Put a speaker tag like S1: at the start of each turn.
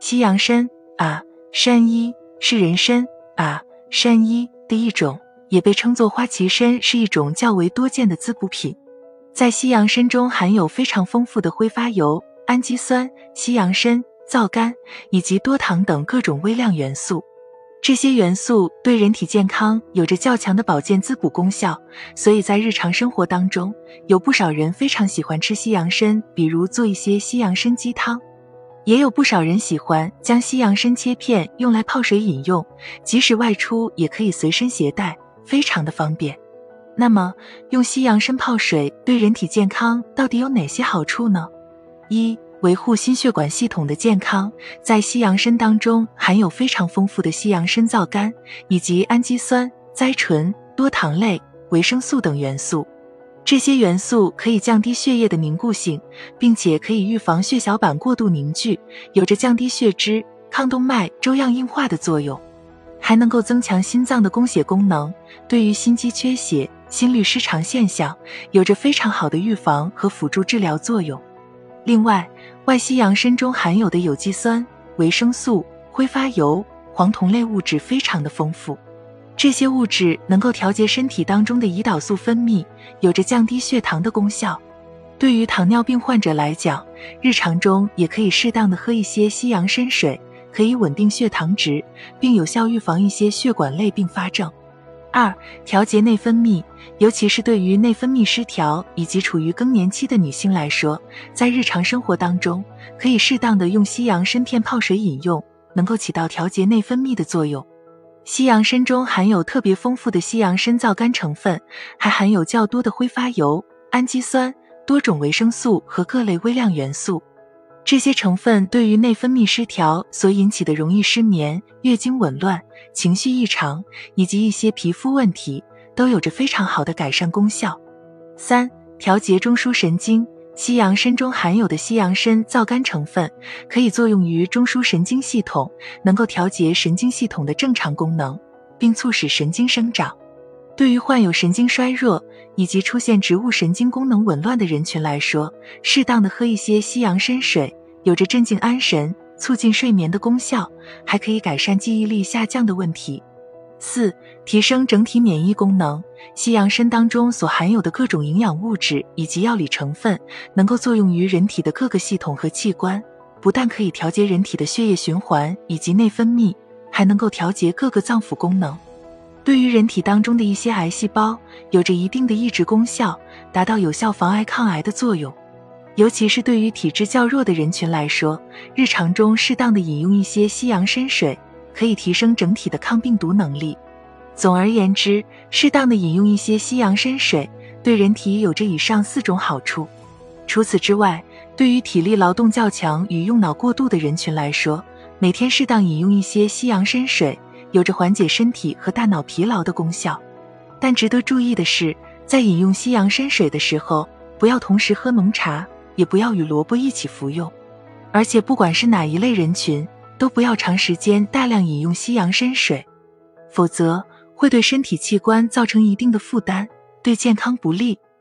S1: 西洋参山医是人参山医的一种，也被称作花旗参，是一种较为多见的滋补品。在西洋参中含有非常丰富的挥发油、氨基酸、西洋参、皂苷以及多糖等各种微量元素。这些元素对人体健康有着较强的保健滋补功效，所以在日常生活当中，有不少人非常喜欢吃西洋参，比如做一些西洋参鸡汤。也有不少人喜欢将西洋参切片用来泡水饮用，即使外出也可以随身携带，非常的方便。那么，用西洋参泡水对人体健康到底有哪些好处呢？一、维护心血管系统的健康。在西洋参当中含有非常丰富的西洋参皂苷以及氨基酸、甾醇、多糖类、维生素等元素。这些元素可以降低血液的凝固性，并且可以预防血小板过度凝聚，有着降低血脂、抗动脉粥样硬化的作用，还能够增强心脏的供血功能，对于心肌缺血、心律失常现象有着非常好的预防和辅助治疗作用。另外，西洋参中含有的有机酸、维生素、挥发油、黄酮类物质非常的丰富，这些物质能够调节身体当中的胰岛素分泌，有着降低血糖的功效。对于糖尿病患者来讲，日常中也可以适当的喝一些西洋参水，可以稳定血糖值，并有效预防一些血管类并发症。二、调节内分泌。尤其是对于内分泌失调以及处于更年期的女性来说，在日常生活当中，可以适当的用西洋参片泡水饮用，能够起到调节内分泌的作用。西洋参中含有特别丰富的西洋参皂苷成分，还含有较多的挥发油、氨基酸、多种维生素和各类微量元素。这些成分对于内分泌失调所引起的容易失眠、月经紊乱、情绪异常以及一些皮肤问题都有着非常好的改善功效。三、调节中枢神经。西洋参中含有的西洋参皂苷成分可以作用于中枢神经系统，能够调节神经系统的正常功能，并促使神经生长。对于患有神经衰弱以及出现植物神经功能紊乱的人群来说，适当的喝一些西洋参水，有着镇静安神、促进睡眠的功效，还可以改善记忆力下降的问题。四、提升整体免疫功能。西洋参当中所含有的各种营养物质以及药理成分，能够作用于人体的各个系统和器官，不但可以调节人体的血液循环以及内分泌，还能够调节各个脏腑功能。对于人体当中的一些癌细胞，有着一定的抑制功效，达到有效防癌抗癌的作用。尤其是对于体质较弱的人群来说，日常中适当的饮用一些西洋参水，可以提升整体的抗病毒能力。总而言之，适当的饮用一些西洋参水，对人体有着以上4种好处。除此之外，对于体力劳动较强与用脑过度的人群来说，每天适当饮用一些西洋参水，有着缓解身体和大脑疲劳的功效。但值得注意的是，在饮用西洋参水的时候，不要同时喝浓茶，也不要与萝卜一起服用。而且不管是哪一类人群，都不要长时间大量饮用西洋参水，否则会对身体器官造成一定的负担，对健康不利。